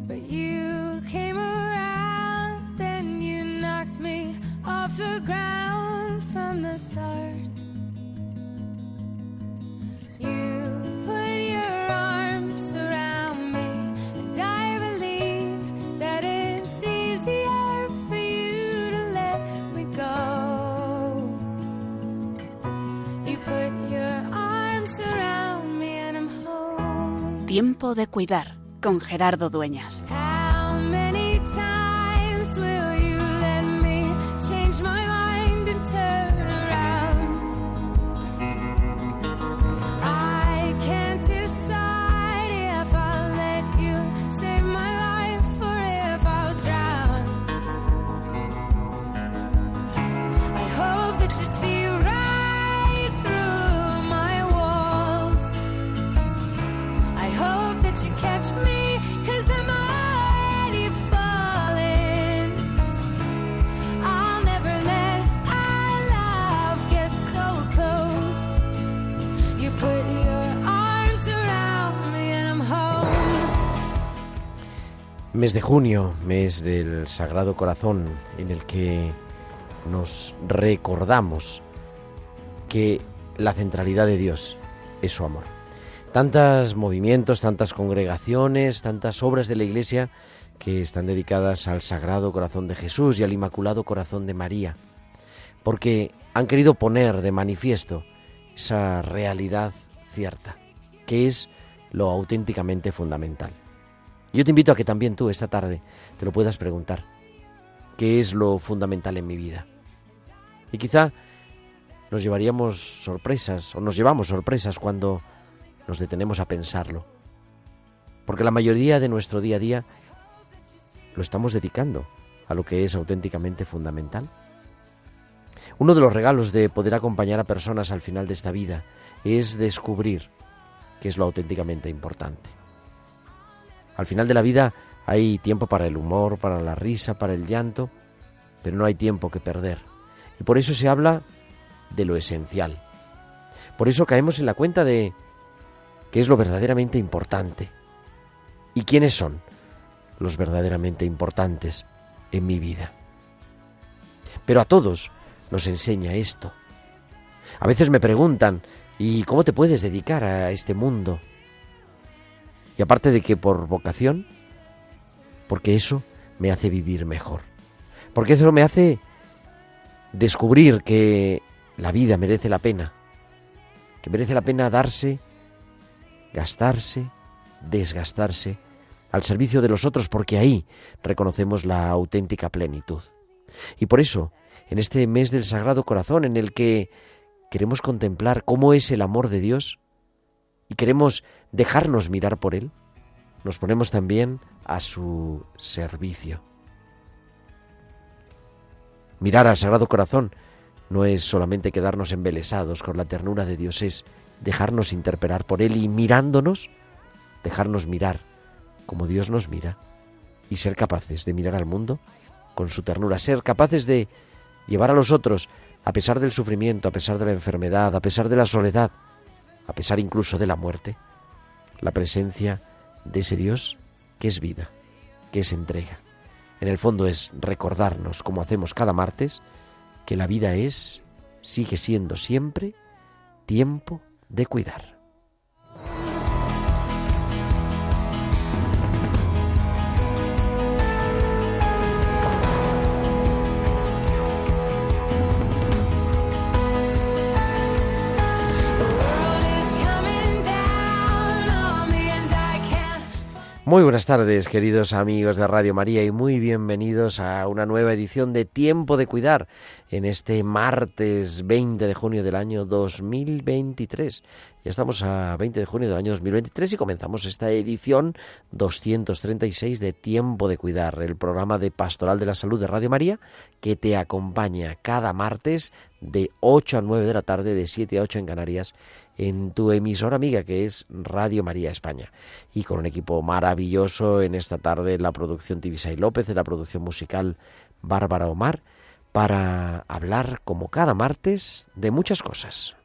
but you came around, then you knocked me off the ground from the start. You put your arms around me, and I believe that it's easier for you to let me go. You put your arms around me and I'm home. Tiempo de cuidar, con Gerardo Dueñas. How many times will you let me change my mind and turn around? I can't decide if I'll let you save my life or if I'll drown. I hope that you see right through my walls. I hope that you catch me, 'cause I'm already falling. I'll never let our love get so close. You put your arms around me and I'm home. Mes de junio, mes del Sagrado Corazón, en el que nos recordamos que la centralidad de Dios es su amor. Tantos movimientos, tantas congregaciones, tantas obras de la Iglesia que están dedicadas al Sagrado Corazón de Jesús y al Inmaculado Corazón de María, porque han querido poner de manifiesto esa realidad cierta, que es lo auténticamente fundamental. Yo te invito a que también tú esta tarde te lo puedas preguntar. ¿Qué es lo fundamental en mi vida? Y quizá nos llevamos sorpresas cuando nos detenemos a pensarlo. Porque la mayoría de nuestro día a día lo estamos dedicando a lo que es auténticamente fundamental. Uno de los regalos de poder acompañar a personas al final de esta vida es descubrir qué es lo auténticamente importante. Al final de la vida hay tiempo para el humor, para la risa, para el llanto, pero no hay tiempo que perder. Y por eso se habla de lo esencial. Por eso caemos en la cuenta de qué es lo verdaderamente importante y quiénes son los verdaderamente importantes en mi vida. Pero a todos nos enseña esto. A veces me preguntan, ¿y cómo te puedes dedicar a este mundo? Y aparte de que por vocación, porque eso me hace vivir mejor. Porque eso me hace descubrir que la vida merece la pena. Que merece la pena darse, gastarse, desgastarse al servicio de los otros, porque ahí reconocemos la auténtica plenitud. Y por eso, en este mes del Sagrado Corazón, en el que queremos contemplar cómo es el amor de Dios y queremos dejarnos mirar por Él, nos ponemos también a su servicio. Mirar al Sagrado Corazón no es solamente quedarnos embelesados con la ternura de Dios, es dejarnos interpelar por Él y mirándonos, dejarnos mirar como Dios nos mira y ser capaces de mirar al mundo con su ternura, ser capaces de llevar a los otros, a pesar del sufrimiento, a pesar de la enfermedad, a pesar de la soledad, a pesar incluso de la muerte, la presencia de ese Dios que es vida, que es entrega. En el fondo es recordarnos, como hacemos cada martes, que la vida sigue siendo siempre tiempo de cuidar. Muy buenas tardes, queridos amigos de Radio María, y muy bienvenidos a una nueva edición de Tiempo de Cuidar en este martes 20 de junio del año 2023. Ya estamos a 20 de junio del año 2023 y comenzamos esta edición 236 de Tiempo de Cuidar, el programa de Pastoral de la Salud de Radio María que te acompaña cada martes de 8 a 9 de la tarde, de 7 a 8 en Canarias, en tu emisora amiga que es Radio María España, y con un equipo maravilloso en esta tarde, en la producción Tibisay López, en la producción musical Bárbara Omar, para hablar como cada martes de muchas cosas.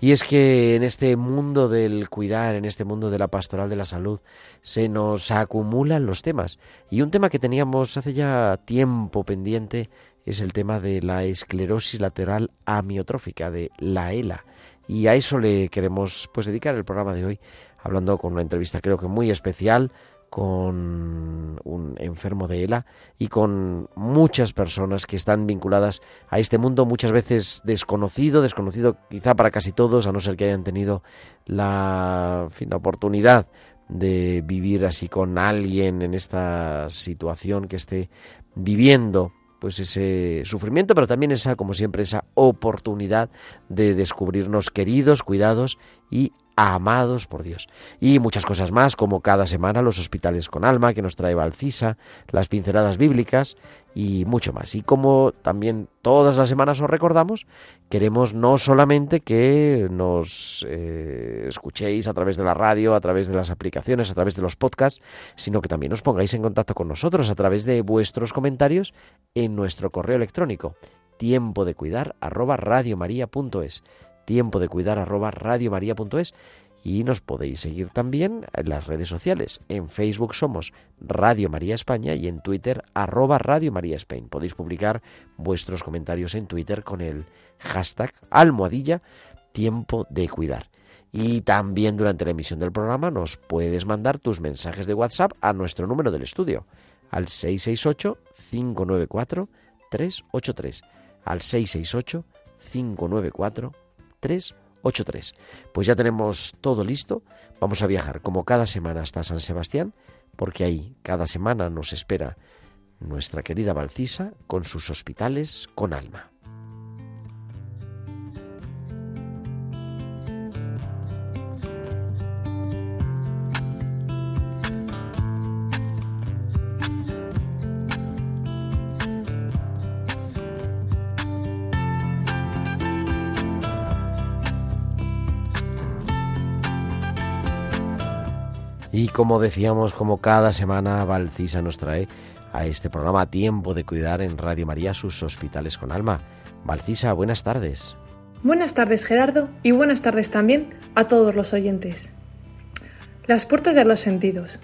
Y es que en este mundo del cuidar, en este mundo de la pastoral de la salud, se nos acumulan los temas. Y un tema que teníamos hace ya tiempo pendiente es el tema de la esclerosis lateral amiotrófica, de la ELA. Y a eso le queremos dedicar el programa de hoy, hablando con una entrevista creo que muy especial, con un enfermo de ELA y con muchas personas que están vinculadas a este mundo, muchas veces desconocido quizá para casi todos, a no ser que hayan tenido la oportunidad de vivir así con alguien en esta situación que esté viviendo pues ese sufrimiento, pero también esa, como siempre, esa oportunidad de descubrirnos queridos, cuidados y amados por Dios. Y muchas cosas más, como cada semana los hospitales con alma que nos trae Valcisa, las pinceladas bíblicas y mucho más. Y como también todas las semanas os recordamos, queremos no solamente que nos escuchéis a través de la radio, a través de las aplicaciones, a través de los podcasts, sino que también os pongáis en contacto con nosotros a través de vuestros comentarios en nuestro correo electrónico tiempodecuidar@radiomaria.es, tiempodecuidar@radiomaria.es. Y nos podéis seguir también en las redes sociales. En Facebook somos Radio María España y en Twitter @Radio María Spain. Podéis publicar vuestros comentarios en Twitter con el hashtag #Tiempo de Cuidar. Y también durante la emisión del programa nos puedes mandar tus mensajes de WhatsApp a nuestro número del estudio, al 668-594-383. Al 668-594-383. Pues ya tenemos todo listo. Vamos a viajar como cada semana hasta San Sebastián, porque ahí cada semana nos espera nuestra querida Valcisa con sus hospitales con alma. Y como decíamos, como cada semana, Valcisa nos trae a este programa Tiempo de Cuidar en Radio María, sus hospitales con alma. Valcisa, buenas tardes. Buenas tardes, Gerardo, y buenas tardes también a todos los oyentes. Las puertas de los sentidos.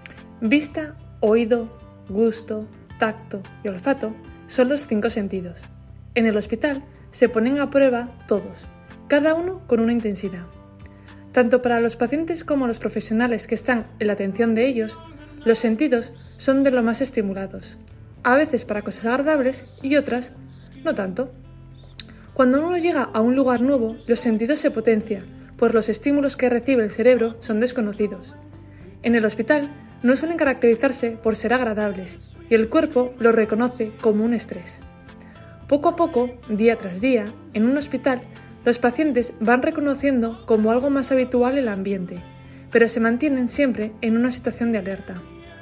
Vista, oído, gusto, tacto y olfato son los 5 sentidos. En el hospital se ponen a prueba todos, cada uno con una intensidad. Tanto para los pacientes como los profesionales que están en la atención de ellos, los sentidos son de lo más estimulados, a veces para cosas agradables y otras no tanto. Cuando uno llega a un lugar nuevo, los sentidos se potencian, pues los estímulos que recibe el cerebro son desconocidos. En el hospital no suelen caracterizarse por ser agradables y el cuerpo los reconoce como un estrés. Poco a poco, día tras día, en un hospital, los pacientes van reconociendo como algo más habitual el ambiente, pero se mantienen siempre en una situación de alerta.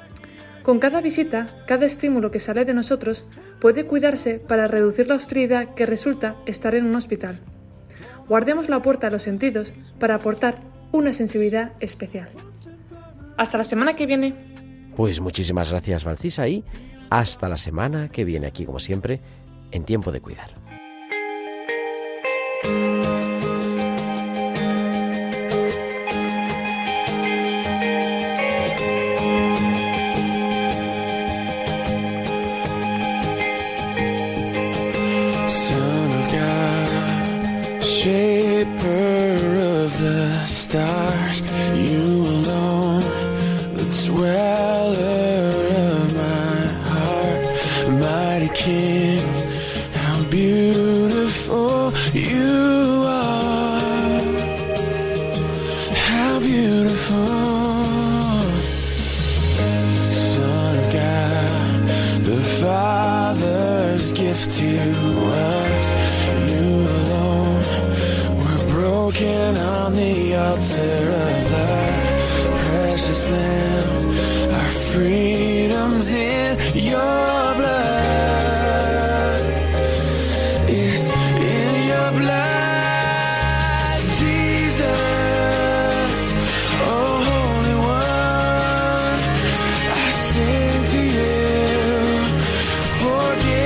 Con cada visita, cada estímulo que sale de nosotros puede cuidarse para reducir la hostilidad que resulta estar en un hospital. Guardemos la puerta a los sentidos para aportar una sensibilidad especial. Hasta la semana que viene. Pues muchísimas gracias, Valcisa, y hasta la semana que viene aquí, como siempre, en Tiempo de Cuidar.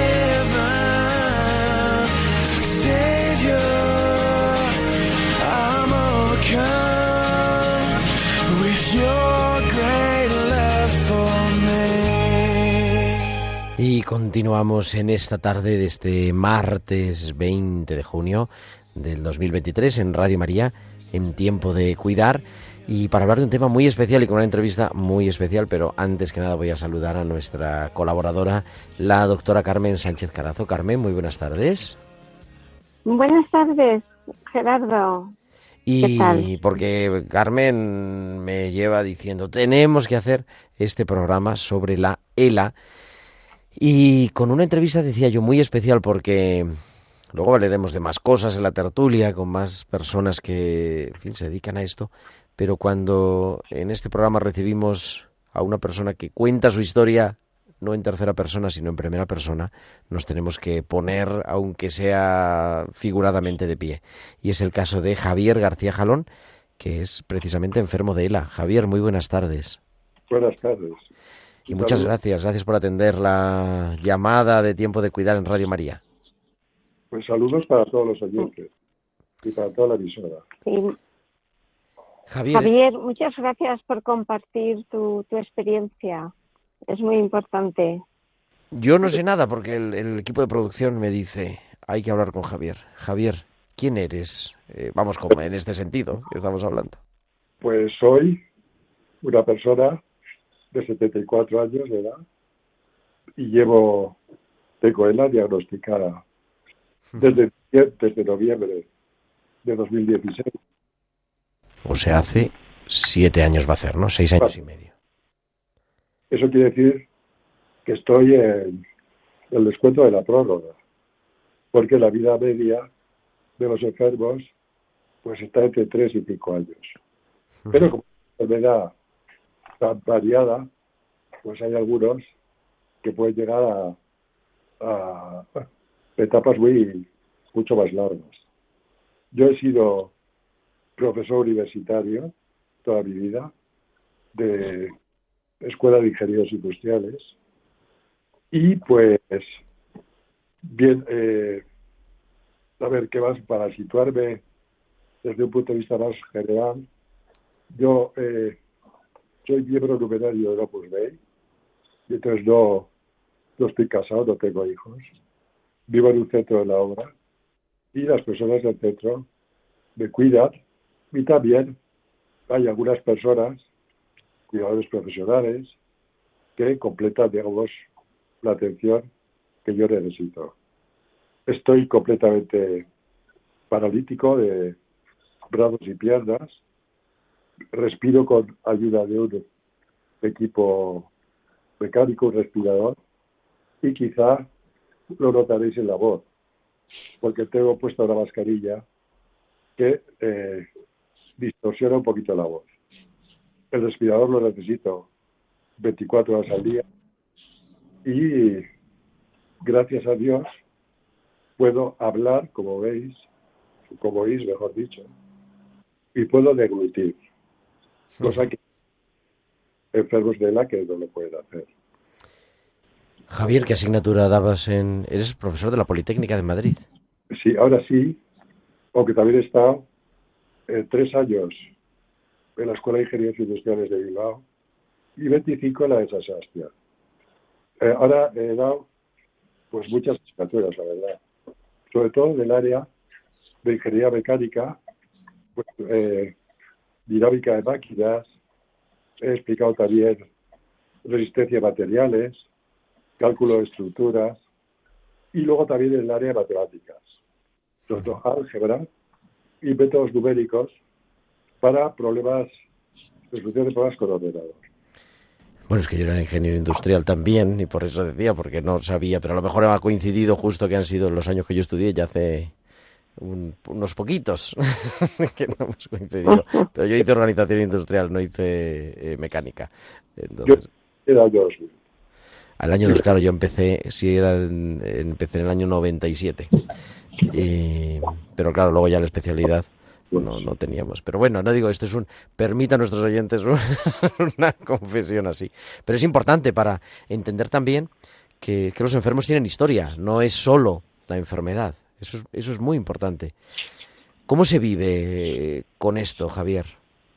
Savior, Y continuamos en esta tarde de este martes 20 de junio del 2023 en Radio María, en Tiempo de Cuidar, y para hablar de un tema muy especial y con una entrevista muy especial, pero antes que nada voy a saludar a nuestra colaboradora, la doctora Carmen Sánchez Carazo. Carmen, muy buenas tardes. Buenas tardes, Gerardo. ¿Qué tal? Y porque Carmen me lleva diciendo, tenemos que hacer este programa sobre la ELA, y con una entrevista, decía yo, muy especial, porque luego hablaremos de más cosas en la tertulia con más personas que, en fin, se dedican a esto, pero cuando en este programa recibimos a una persona que cuenta su historia no en tercera persona, sino en primera persona, nos tenemos que poner, aunque sea figuradamente, de pie. Y es el caso de Javier García Jalón, que es precisamente enfermo de ELA. Javier, muy buenas tardes. Buenas tardes. Y muchas gracias por atender la llamada de Tiempo de Cuidar en Radio María. Pues saludos para todos los oyentes y para toda la emisora. Sí. Javier, muchas gracias por compartir tu experiencia. Es muy importante. Yo no sé nada porque el equipo de producción me dice, hay que hablar con Javier. Javier, ¿quién eres? Vamos, como en este sentido que estamos hablando. Pues soy una persona de 74 años de edad y tengo ELA diagnosticada desde noviembre de 2016. O sea, hace 7 años va a hacer, ¿no? 6 años y medio. Eso quiere decir que estoy en el descuento de la prórroga, porque la vida media de los enfermos pues está entre 3 y 5 años. Pero como enfermedad tan variada, pues hay algunos que pueden llegar a etapas mucho más largas. Yo he sido profesor universitario toda mi vida de Escuela de Ingenieros Industriales y pues bien, a ver, ¿qué más? Para situarme desde un punto de vista más general, yo soy miembro numerario del Opus Dei y entonces no estoy casado, no tengo hijos, vivo en un centro de la obra y las personas del centro me cuidan, y también hay algunas personas, cuidadores profesionales, que completan, digamos, la atención que yo necesito. Estoy completamente paralítico de brazos y piernas, respiro con ayuda de un equipo mecánico, un respirador, y quizá lo notaréis en la voz, porque tengo puesta una mascarilla que distorsiona un poquito la voz. El respirador lo necesito 24 horas al día y gracias a Dios puedo hablar, como oís, mejor dicho, y puedo deglutir, cosa que enfermos de ELA que no lo pueden hacer. Javier, ¿qué asignatura dabas Eres profesor de la Politécnica de Madrid? Sí, ahora sí, aunque también he estado 3 años en la Escuela de Ingenieros Industriales de Bilbao y 25 en la de San Sebastián. Ahora he dado pues muchas asignaturas, la verdad, sobre todo del área de ingeniería mecánica, pues, dinámica de máquinas, he explicado también resistencia a materiales, cálculo de estructuras y luego también en el área de matemáticas, sobre todo álgebra y métodos numéricos para resolución de problemas con ordenador. Bueno, es que yo era ingeniero industrial también y por eso decía, porque no sabía, pero a lo mejor ha coincidido justo que han sido los años que yo estudié, ya hace unos poquitos que no hemos coincidido. Pero yo hice organización industrial, no hice mecánica. Entonces, yo era año 2000. Al año 2, claro, yo empecé en el año 97. Pero claro, luego ya la especialidad no teníamos. Pero bueno, no digo, esto permita a nuestros oyentes una confesión así. Pero es importante para entender también que los enfermos tienen historia, no es solo la enfermedad. Eso es muy importante. ¿Cómo se vive con esto, Javier?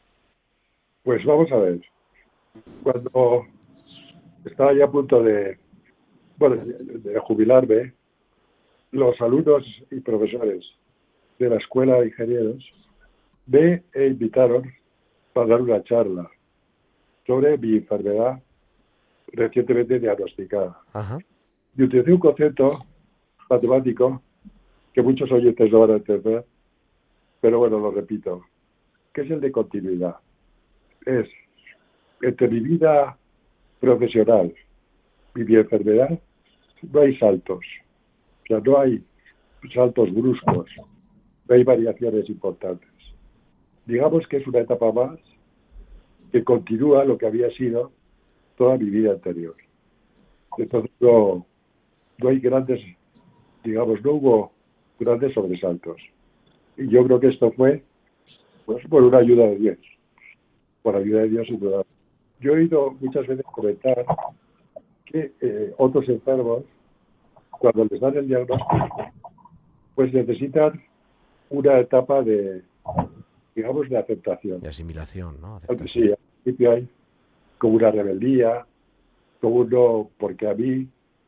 Pues vamos a ver. Cuando estaba ya a punto de bueno, de jubilarme, los alumnos y profesores de la Escuela de Ingenieros me invitaron para dar una charla sobre mi enfermedad recientemente diagnosticada. Ajá. Y utilicé un concepto matemático que muchos oyentes no van a entender, pero bueno, lo repito, que es el de continuidad. Es entre mi vida profesional y mi enfermedad no hay saltos, o sea, no hay saltos bruscos, no hay variaciones importantes. Digamos que es una etapa más que continúa lo que había sido toda mi vida anterior. Entonces no hay grandes, digamos, no hubo grandes sobresaltos. Y yo creo que esto fue pues por una ayuda de Dios. Por ayuda de Dios, sin duda. Yo he oído muchas veces comentar que otros enfermos, cuando les dan el diagnóstico, pues necesitan una etapa de, digamos, de aceptación. De asimilación, ¿no? Sí, al principio hay como una rebeldía, como un no, porque a mí.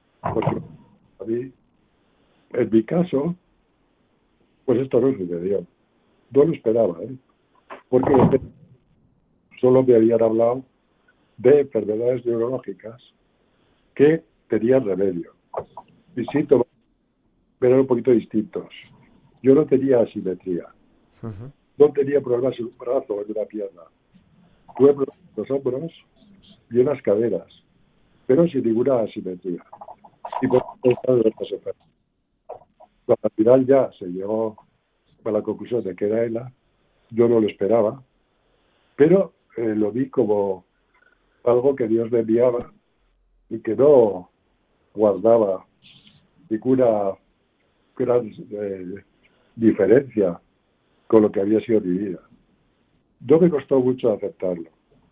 En mi caso, pues esto no sucedió. No lo esperaba, ¿eh? Porque solo me habían hablado de enfermedades neurológicas que tenían remedio. Mis síntomas eran un poquito distintos. Yo no tenía asimetría. Uh-huh. No tenía problemas en un brazo o en una pierna. Tuve problemas en los hombros y en las caderas, pero sin ninguna asimetría. Y por eso de otras enfermedades. Cuando al final ya se llegó a la conclusión de que era ELA, yo no lo esperaba, pero lo vi como algo que Dios me enviaba y que no guardaba ninguna gran diferencia con lo que había sido mi vida. No me costó mucho aceptarlo.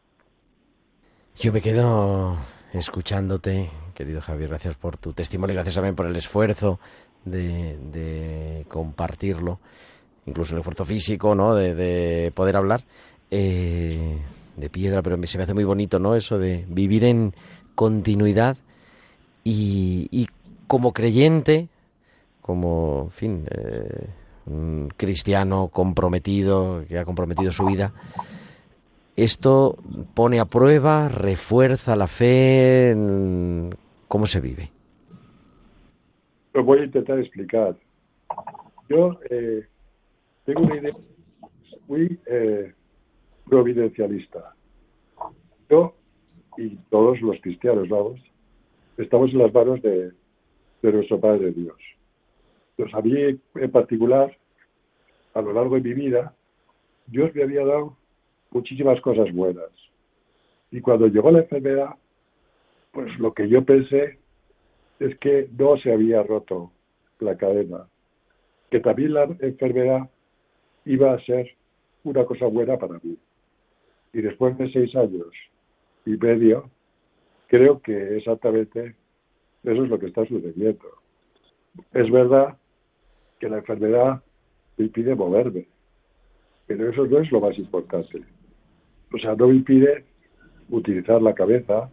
Yo me quedo escuchándote, querido Javier, gracias por tu testimonio, gracias también por el esfuerzo de compartirlo, incluso el esfuerzo físico, ¿no? De poder hablar de piedra, pero se me hace muy bonito, ¿no? Eso de vivir en continuidad y como creyente, como, en fin, un cristiano comprometido, que ha comprometido su vida, esto pone a prueba, refuerza la fe. ¿Cómo se vive? Lo voy a intentar explicar. Yo tengo una idea muy providencialista. Yo y todos los cristianos, vamos, estamos en las manos de nuestro Padre Dios. Pues a mí en particular, a lo largo de mi vida, Dios me había dado muchísimas cosas buenas. Y cuando llegó la enfermedad, pues lo que yo pensé es que no se había roto la cadena, que también la enfermedad iba a ser una cosa buena para mí. Y después de 6 años y medio, creo que exactamente eso es lo que está sucediendo. Es verdad que la enfermedad me impide moverme, pero eso no es lo más importante. O sea, no me impide utilizar la cabeza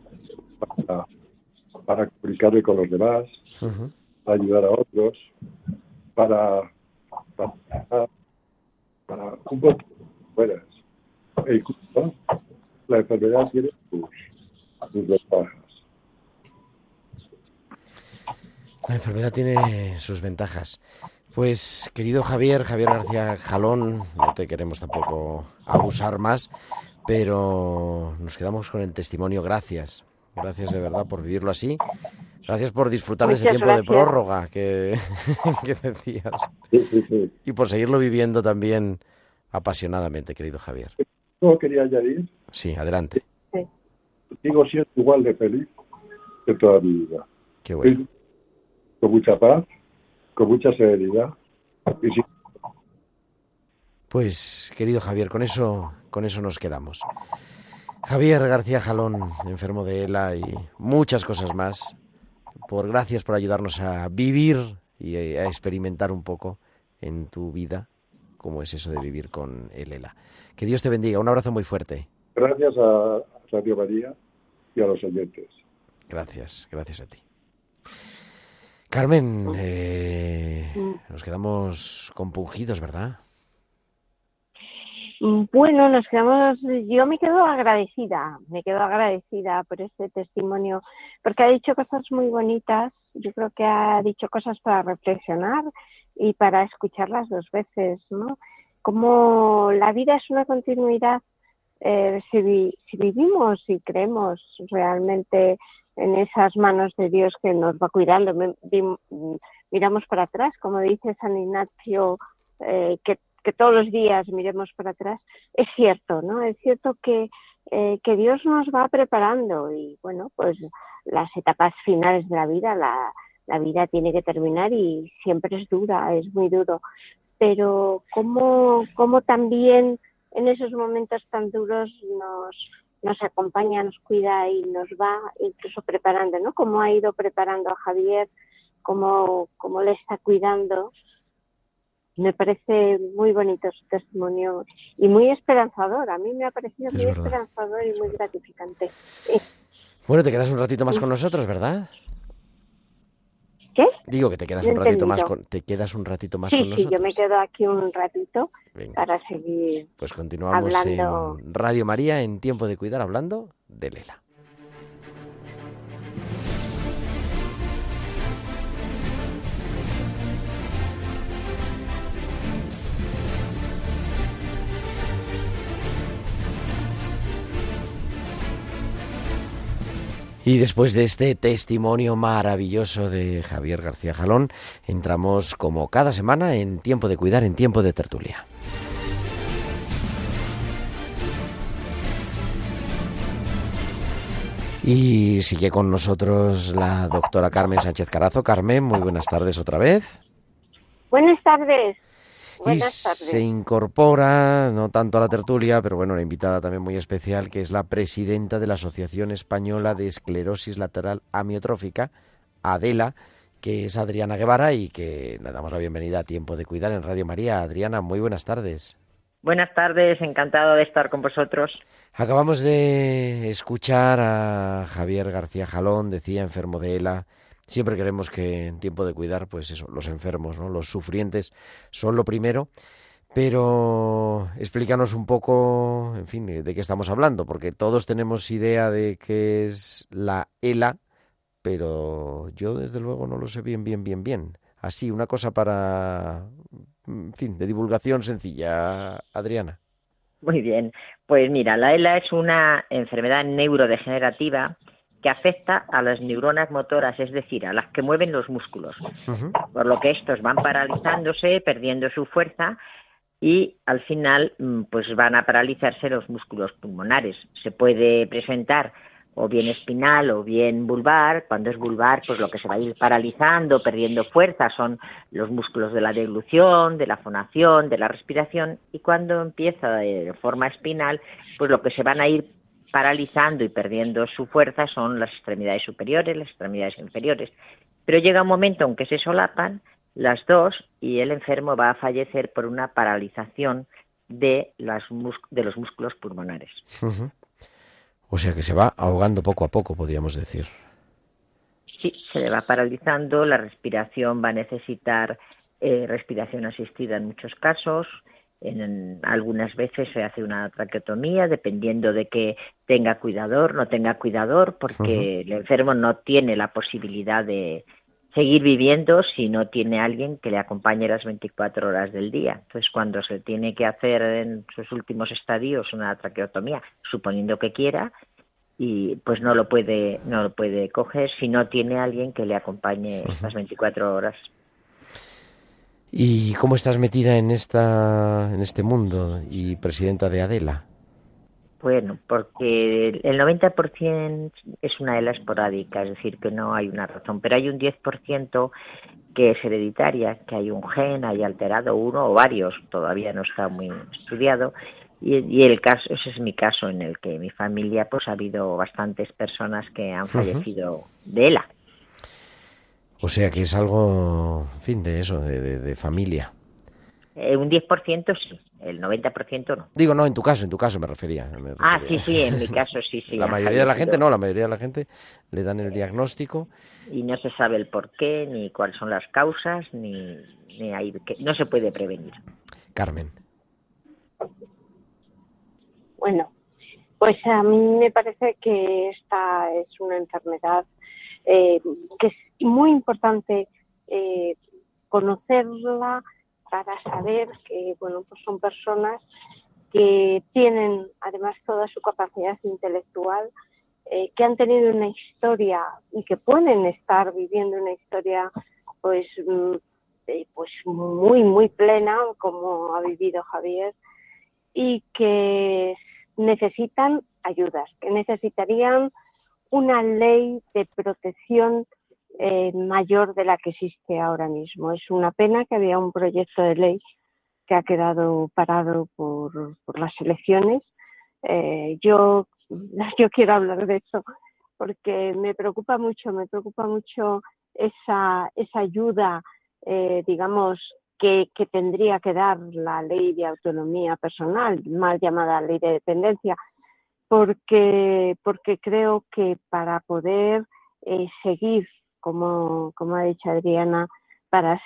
para comunicarme con los demás, Uh-huh. para ayudar a otros, para un poco buenas. E incluso la enfermedad tiene sus ventajas. La enfermedad tiene sus ventajas. Pues, querido Javier García Jalón, no te queremos tampoco abusar más, pero nos quedamos con el testimonio. Gracias de verdad por vivirlo así. Gracias por disfrutar de ese tiempo de prórroga que decías. Sí. Y por seguirlo viviendo también apasionadamente, querido Javier. ¿No quería añadir? Sí, adelante. Sí. Sigo siendo igual de feliz que toda mi vida. Qué bueno. Con mucha paz, con mucha serenidad. Y sí. Pues, querido Javier, con eso nos quedamos. Javier García Jalón, enfermo de ELA y muchas cosas más. Gracias por ayudarnos a vivir y a experimentar un poco en tu vida cómo es eso de vivir con el ELA. Que Dios te bendiga. Un abrazo muy fuerte. Gracias a Radio María y a los oyentes. Gracias a ti. Carmen, nos quedamos compungidos, ¿verdad? Bueno, yo me quedo agradecida por este testimonio, porque ha dicho cosas muy bonitas. Yo creo que ha dicho cosas para reflexionar y para escucharlas 2 veces, ¿no? Como la vida es una continuidad, si vivimos y creemos realmente en esas manos de Dios que nos va cuidando, miramos para atrás, como dice San Ignacio, que todos los días miremos para atrás, es cierto, ¿no? Es cierto que Dios nos va preparando y, bueno, pues las etapas finales de la vida, la vida tiene que terminar y siempre es dura, es muy duro, pero como también en esos momentos tan duros nos acompaña, nos cuida y nos va incluso preparando, ¿no? Como ha ido preparando a Javier, como le está cuidando. Me parece muy bonito su testimonio y muy esperanzador. A mí me ha parecido muy esperanzador y muy gratificante. Bueno, te quedas un ratito más con nosotros, ¿verdad? ¿Qué? Digo que te quedas un ratito más con nosotros. Sí, yo me quedo aquí un ratito. Venga. Para seguir. Pues continuamos hablando. En Radio María, en Tiempo de Cuidar, hablando de Lela. Y después de este testimonio maravilloso de Javier García Jalón, entramos como cada semana en Tiempo de Cuidar, en Tiempo de Tertulia. Y sigue con nosotros la doctora Carmen Sánchez Carazo. Carmen, muy buenas tardes otra vez. Buenas tardes. Se incorpora, no tanto a la tertulia, pero bueno, una invitada también muy especial, que es la presidenta de la Asociación Española de Esclerosis Lateral Amiotrófica, ADELA, que es Adriana Guevara, y que le damos la bienvenida a Tiempo de Cuidar en Radio María. Adriana, muy buenas tardes. Buenas tardes, encantado de estar con vosotros. Acabamos de escuchar a Javier García Jalón, decía, enfermo de ELA. Siempre queremos que en Tiempo de Cuidar, pues eso, los enfermos, ¿no? Los sufrientes son lo primero, pero explícanos un poco, en fin, de qué estamos hablando, porque todos tenemos idea de qué es la ELA, pero yo desde luego no lo sé bien. Así, una cosa para, en fin, de divulgación sencilla, Adriana. Muy bien, pues mira, la ELA es una enfermedad neurodegenerativa que afecta a las neuronas motoras, es decir, a las que mueven los músculos, por lo que estos van paralizándose, perdiendo su fuerza y al final pues van a paralizarse los músculos pulmonares. Se puede presentar o bien espinal o bien vulvar. Cuando es vulvar, pues lo que se va a ir paralizando, perdiendo fuerza, son los músculos de la deglución, de la fonación, de la respiración, y cuando empieza de forma espinal, pues lo que se van a ir paralizando y perdiendo su fuerza son las extremidades superiores, las extremidades inferiores. Pero llega un momento en que se solapan las dos y el enfermo va a fallecer por una paralización de los músculos pulmonares. O sea que se va ahogando poco a poco, podríamos decir. Sí, se le va paralizando, la respiración va a necesitar respiración asistida en muchos casos. Algunas veces se hace una traqueotomía, dependiendo de que tenga cuidador, no tenga cuidador, porque el enfermo no tiene la posibilidad de seguir viviendo si no tiene alguien que le acompañe las 24 horas del día. Entonces, cuando se tiene que hacer en sus últimos estadios una traqueotomía, suponiendo que quiera, y pues no lo puede coger si no tiene alguien que le acompañe las 24 horas. ¿Y cómo estás metida en este mundo y presidenta de ADELA? Bueno, porque el 90% es una ELA esporádica, es decir, que no hay una razón, pero hay un 10% que es hereditaria, que hay un gen, hay alterado uno o varios, todavía no está muy estudiado, y el caso, ese es mi caso, en el que mi familia pues ha habido bastantes personas que han fallecido de ELA. O sea que es algo, en fin, de eso, de familia. Un 10% sí. el 90% no. Digo, no, en tu caso me refería. Ah, sí, en mi caso sí. La mayoría de la gente no, la mayoría de la gente le dan el diagnóstico. Y no se sabe el por qué, ni cuáles son las causas, ni hay, que no se puede prevenir. Carmen. Bueno, pues a mí me parece que esta es una enfermedad que es muy importante conocerla para saber que, bueno, pues son personas que tienen además toda su capacidad intelectual, que han tenido una historia y que pueden estar viviendo una historia pues muy, muy plena, como ha vivido Javier, y que necesitan ayudas, que necesitarían una ley de protección mayor de la que existe ahora mismo. Es una pena que había un proyecto de ley que ha quedado parado por las elecciones. Yo quiero hablar de eso porque me preocupa mucho esa ayuda, digamos, que tendría que dar la ley de autonomía personal, mal llamada ley de dependencia, porque creo que para poder seguir, como ha dicho Adriana, para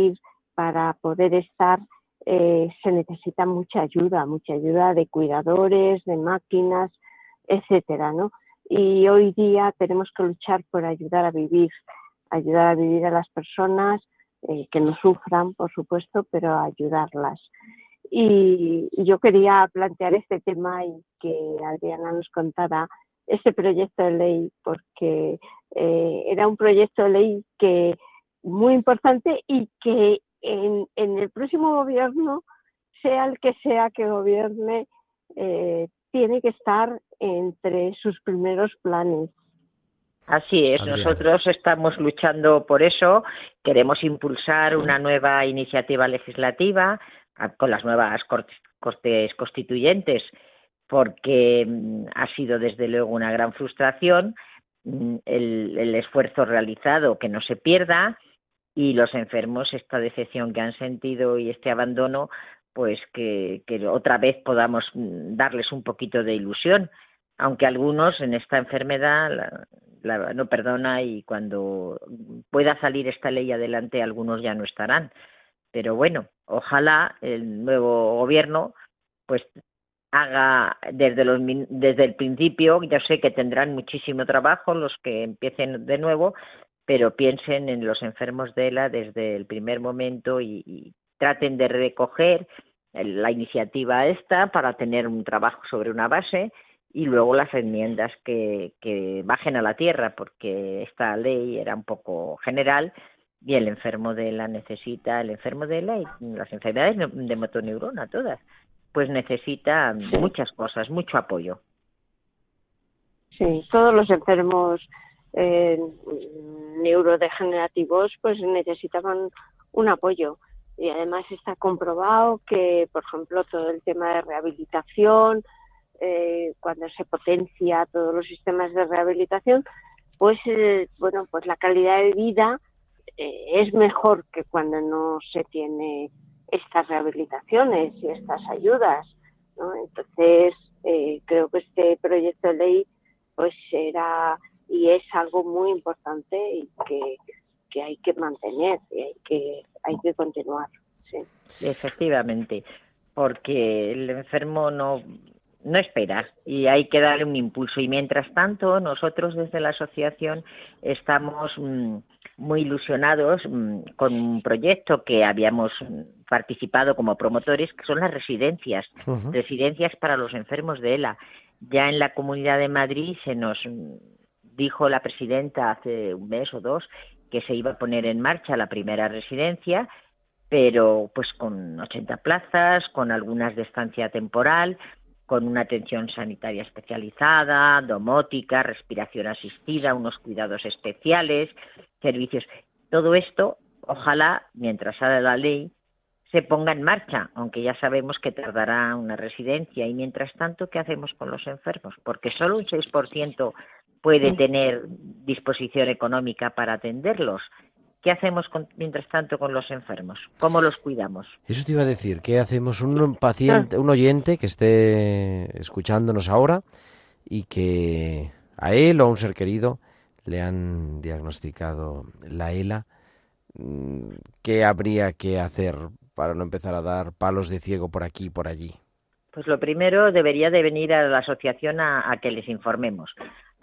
poder estar, se necesita mucha ayuda de cuidadores, de máquinas, etcétera, ¿no? Y hoy día tenemos que luchar por ayudar a vivir a las personas, que no sufran, por supuesto, pero ayudarlas. Y yo quería plantear este tema y que Adriana nos contara este proyecto de ley, porque era un proyecto de ley que muy importante y que en el próximo gobierno, sea el que sea que gobierne, tiene que estar entre sus primeros planes. Así es, nosotros estamos luchando por eso, queremos impulsar una nueva iniciativa legislativa con las nuevas cortes constituyentes, porque ha sido desde luego una gran frustración el esfuerzo realizado, que no se pierda, y los enfermos esta decepción que han sentido y este abandono, pues que otra vez podamos darles un poquito de ilusión, aunque algunos en esta enfermedad la no perdona, y cuando pueda salir esta ley adelante algunos ya no estarán. Pero bueno, ojalá el nuevo gobierno pues haga desde el principio. Yo sé que tendrán muchísimo trabajo los que empiecen de nuevo, pero piensen en los enfermos de ELA desde el primer momento y traten de recoger la iniciativa esta para tener un trabajo sobre una base y luego las enmiendas que bajen a la tierra, porque esta ley era un poco general y el enfermo de ELA y las enfermedades de motoneurona todas, pues necesita muchas cosas, mucho apoyo. Sí, todos los enfermos neurodegenerativos pues necesitaban un apoyo, y además está comprobado que, por ejemplo, todo el tema de rehabilitación, cuando se potencia todos los sistemas de rehabilitación, pues pues la calidad de vida es mejor que cuando no se tiene estas rehabilitaciones y estas ayudas, ¿no? Entonces creo que este proyecto de ley pues era y es algo muy importante y que hay que mantener y hay que continuar. Sí. Efectivamente, porque el enfermo no espera y hay que darle un impulso, y mientras tanto nosotros desde la asociación estamos muy ilusionados con un proyecto que habíamos participado como promotores, que son las residencias, residencias para los enfermos de ELA. Ya en la Comunidad de Madrid se nos dijo la presidenta hace un mes o dos que se iba a poner en marcha la primera residencia, pero pues con 80 plazas, con algunas de estancia temporal, con una atención sanitaria especializada, domótica, respiración asistida, unos cuidados especiales, servicios. Todo esto, ojalá, mientras sale la ley, se ponga en marcha, aunque ya sabemos que tardará una residencia. Y mientras tanto, ¿qué hacemos con los enfermos? Porque solo un 6% puede tener disposición económica para atenderlos. ¿Qué hacemos mientras tanto con los enfermos? ¿Cómo los cuidamos? Eso te iba a decir, ¿qué hacemos? Un paciente, un oyente que esté escuchándonos ahora y que a él o a un ser querido le han diagnosticado la ELA, ¿qué habría que hacer para no empezar a dar palos de ciego por aquí y por allí? Pues lo primero debería de venir a la asociación a que les informemos,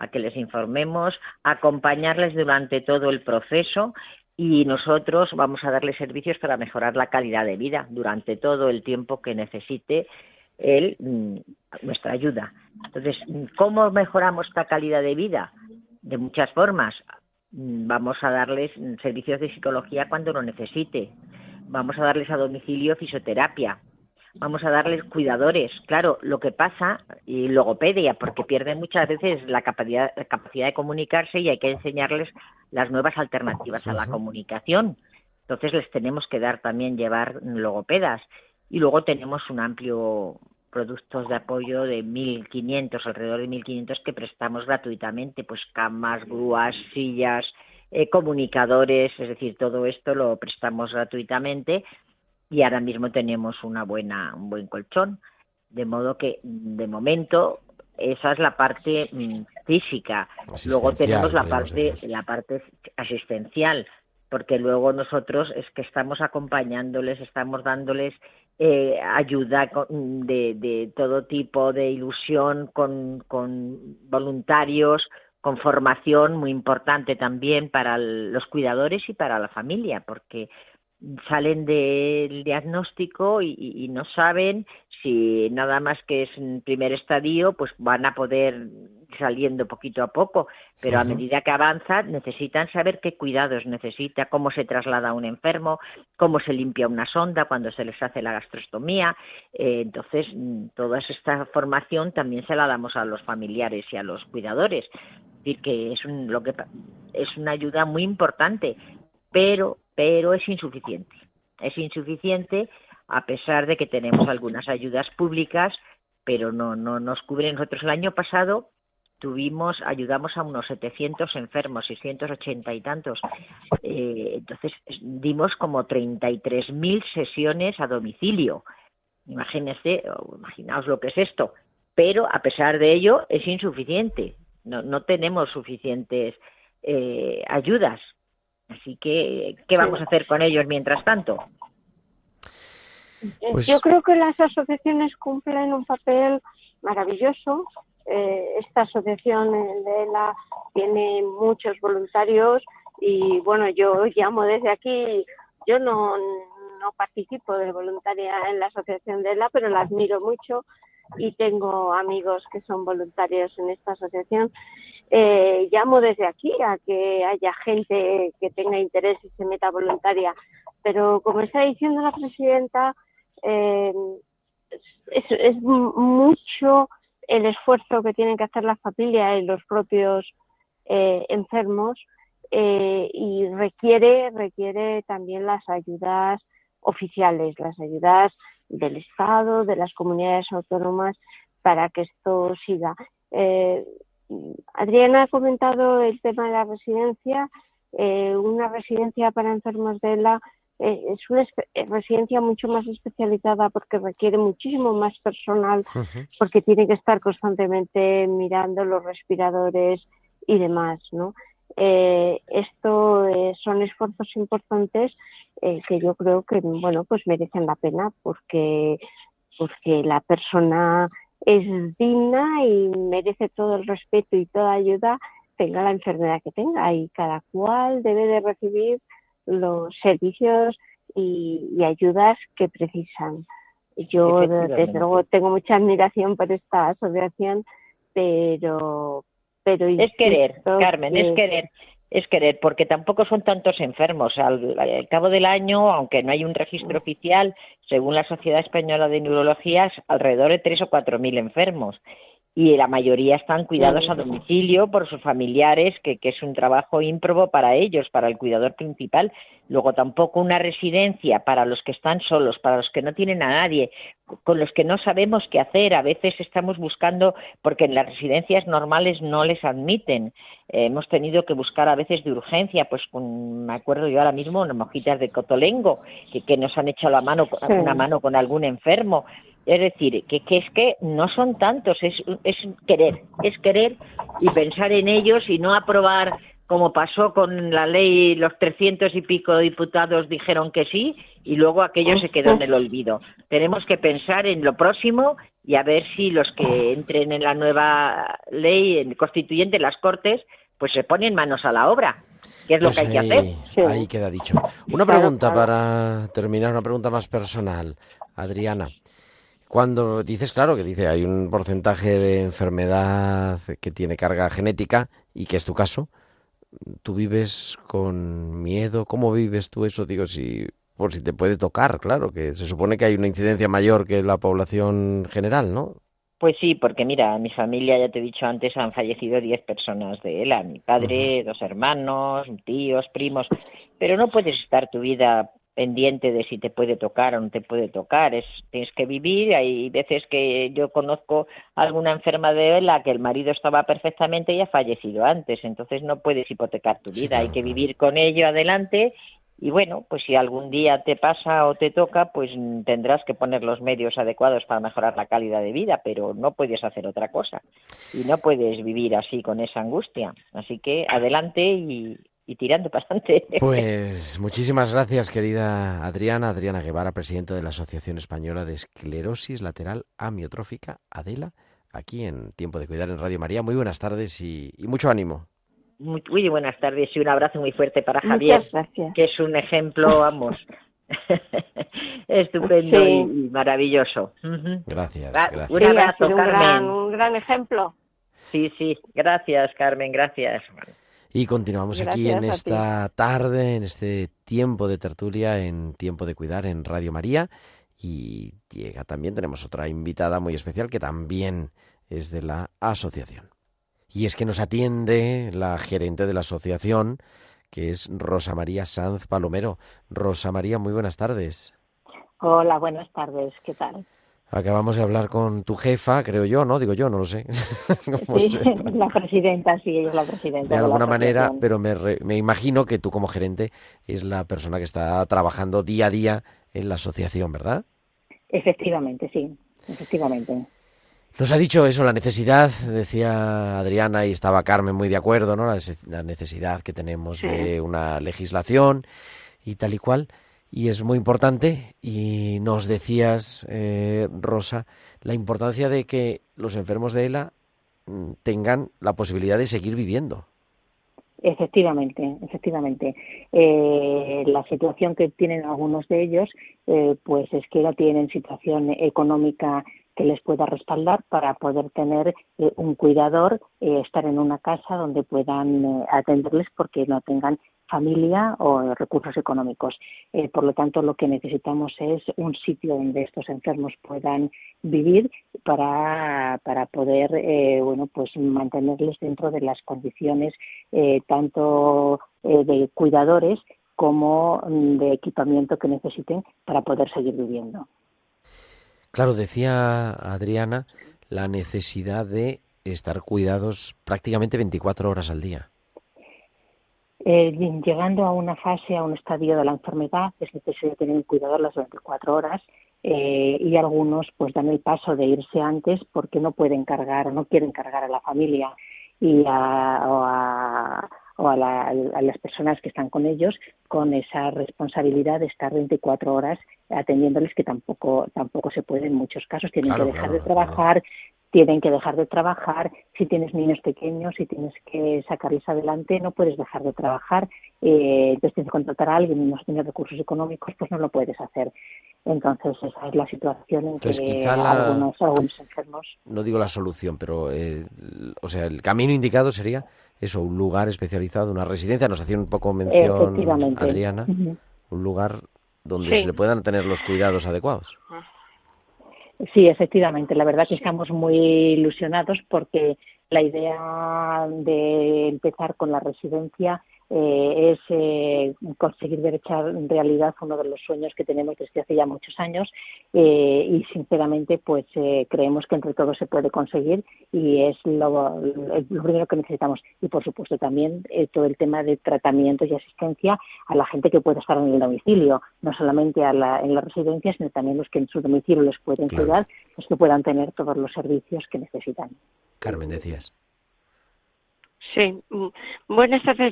acompañarles durante todo el proceso, y nosotros vamos a darle servicios para mejorar la calidad de vida durante todo el tiempo que necesite él nuestra ayuda. Entonces, ¿cómo mejoramos esta calidad de vida? De muchas formas. Vamos a darles servicios de psicología cuando lo necesite. Vamos a darles a domicilio fisioterapia. Vamos a darles cuidadores. Claro, lo que pasa, y logopedia, porque pierden muchas veces la capacidad de comunicarse y hay que enseñarles las nuevas alternativas a la comunicación. Entonces les tenemos que llevar logopedas. Y luego tenemos un amplio productos de apoyo de 1.500, alrededor de 1.500 que prestamos gratuitamente, pues camas, grúas, sillas, comunicadores, es decir, todo esto lo prestamos gratuitamente. Y ahora mismo tenemos un buen colchón, de modo que de momento esa es la parte física. Luego tenemos la parte asistencial, porque luego nosotros es que estamos acompañándoles, estamos dándoles ayuda de todo tipo, de ilusión, con voluntarios, con formación muy importante también para los cuidadores y para la familia, porque salen del diagnóstico y no saben si nada más que es en primer estadio, pues van a poder saliendo poquito a poco, pero a medida que avanza necesitan saber qué cuidados necesita, cómo se traslada un enfermo, cómo se limpia una sonda cuando se les hace la gastrostomía. Entonces, toda esta formación también se la damos a los familiares y a los cuidadores. Es decir, que es una ayuda muy importante, pero es insuficiente. Es insuficiente a pesar de que tenemos algunas ayudas públicas, pero no nos cubren. Nosotros el año pasado ayudamos a unos 700 enfermos, 680 y tantos. Entonces dimos como 33.000 sesiones a domicilio. Imaginaos lo que es esto. Pero a pesar de ello es insuficiente. No tenemos suficientes ayudas. Así que, ¿qué vamos a hacer con ellos mientras tanto? Pues yo creo que las asociaciones cumplen un papel maravilloso. Esta asociación de ELA tiene muchos voluntarios y, bueno, yo llamo desde aquí. Yo no participo de voluntaria en la asociación de ELA, pero la admiro mucho y tengo amigos que son voluntarios en esta asociación. Llamo desde aquí a que haya gente que tenga interés y se meta voluntaria, pero como está diciendo la presidenta, es mucho el esfuerzo que tienen que hacer la familia y los propios enfermos, y requiere también las ayudas oficiales, las ayudas del Estado, de las comunidades autónomas, para que esto siga. Adriana ha comentado el tema de la residencia. Una residencia para enfermos de ELA es una residencia mucho más especializada porque requiere muchísimo más personal, porque tiene que estar constantemente mirando los respiradores y demás, ¿no? Esto son esfuerzos importantes que yo creo que, bueno, pues merecen la pena porque la persona es digna y merece todo el respeto y toda ayuda, tenga la enfermedad que tenga, y cada cual debe de recibir los servicios y ayudas que precisan. Yo desde luego tengo mucha admiración por esta asociación, pero es querer, Carmen, es querer, porque tampoco son tantos enfermos. Al cabo del año, aunque no hay un registro oficial, según la Sociedad Española de Neurología, alrededor de 3.000 o 4.000 enfermos. y la mayoría están cuidados a domicilio por sus familiares, que es un trabajo ímprobo para ellos, para el cuidador principal. Luego tampoco una residencia para los que están solos, para los que no tienen a nadie, con los que no sabemos qué hacer. A veces estamos buscando, porque en las residencias normales no les admiten. Hemos tenido que buscar a veces de urgencia, pues me acuerdo yo ahora mismo, unas mojitas de cotolengo, que nos han echado una mano con algún enfermo. Es decir, que es que no son tantos, es querer y pensar en ellos y no aprobar, como pasó con la ley, los 300 y pico diputados dijeron que sí y luego aquello se quedó en el olvido. Tenemos que pensar en lo próximo y a ver si los que entren en la nueva ley en constituyente, las Cortes, pues se ponen manos a la obra, que es lo que hay que hacer. Ahí queda dicho. Una pregunta para terminar, una pregunta más personal, Adriana. Cuando dices, claro, que dice hay un porcentaje de enfermedad que tiene carga genética y que es tu caso, ¿tú vives con miedo? ¿Cómo vives tú eso? Digo, por si te puede tocar, claro, que se supone que hay una incidencia mayor que la población general, ¿no? Pues sí, porque mira, en mi familia, ya te he dicho antes, han fallecido 10 personas de ELA. Mi padre, 2 hermanos, tíos, primos, pero no puedes estar tu vida pendiente de si te puede tocar o no te puede tocar, tienes que vivir. Hay veces que yo conozco a alguna enferma de ELA que el marido estaba perfectamente y ha fallecido antes, entonces no puedes hipotecar tu vida, claro. Hay que vivir con ello adelante y bueno, pues si algún día te pasa o te toca, pues tendrás que poner los medios adecuados para mejorar la calidad de vida, pero no puedes hacer otra cosa y no puedes vivir así con esa angustia, así que adelante y tirando bastante. Pues muchísimas gracias, querida Adriana Guevara, presidenta de la Asociación Española de Esclerosis Lateral Amiotrófica, ADELA, aquí en Tiempo de Cuidar en Radio María. Muy buenas tardes y mucho ánimo. Muy buenas tardes y un abrazo muy fuerte para Javier, que es un ejemplo, vamos, estupendo y maravilloso. Gracias. Un abrazo, Carmen. Un gran ejemplo. Sí, gracias, Carmen, gracias. Y continuamos aquí en esta tarde, en este tiempo de tertulia, en Tiempo de Cuidar en Radio María. Y tenemos otra invitada muy especial que también es de la asociación. Y es que nos atiende la gerente de la asociación, que es Rosa María Sanz Palomero. Rosa María, muy buenas tardes. Hola, buenas tardes, ¿qué tal? Acabamos de hablar con tu jefa, creo yo, ¿no? Digo yo, no lo sé. Sí, la presidenta, sí, ella es la presidenta. De alguna manera, pero me imagino que tú como gerente es la persona que está trabajando día a día en la asociación, ¿verdad? Efectivamente, sí, efectivamente. Nos ha dicho eso, la necesidad, decía Adriana, y estaba Carmen muy de acuerdo, ¿no? La necesidad que tenemos de una legislación y tal y cual. Y es muy importante, y nos decías, Rosa, la importancia de que los enfermos de ELA tengan la posibilidad de seguir viviendo. Efectivamente. La situación que tienen algunos de ellos, pues es que no tienen situación económica que les pueda respaldar para poder tener un cuidador, estar en una casa donde puedan atenderles porque no tengan familia o recursos económicos. Por lo tanto, lo que necesitamos es un sitio donde estos enfermos puedan vivir para poder pues mantenerles dentro de las condiciones tanto de cuidadores como de equipamiento que necesiten para poder seguir viviendo. Claro, decía Adriana, la necesidad de estar cuidados prácticamente 24 horas al día. Llegando a una fase, a un estadio de la enfermedad, es necesario tener un cuidador las 24 horas y algunos pues dan el paso de irse antes porque no pueden cargar o no quieren cargar a la familia y a las personas que están con ellos con esa responsabilidad de estar 24 horas atendiéndoles, que tampoco se puede en muchos casos. Tienen que dejar de trabajar. Tienen que dejar de trabajar. Si tienes niños pequeños, si tienes que sacarles adelante, no puedes dejar de trabajar. Entonces tienes que contratar a alguien y no tienes recursos económicos, pues no lo puedes hacer. Entonces esa es la situación en que algunos enfermos... No digo la solución, pero el camino indicado sería eso, un lugar especializado, una residencia. Nos hacía un poco mención Adriana, un lugar donde se le puedan tener los cuidados adecuados. Sí, efectivamente. La verdad que estamos muy ilusionados porque la idea de empezar con la residencia es conseguir ver echar en realidad uno de los sueños que tenemos desde hace ya muchos años y sinceramente pues creemos que entre todos se puede conseguir y es lo primero que necesitamos. Y por supuesto también todo el tema de tratamientos y asistencia a la gente que puede estar en el domicilio, no solamente en la residencia, sino también los que en su domicilio les pueden cuidar, los que puedan tener todos los servicios que necesitan. Carmen, decías. Sí, buenas tardes,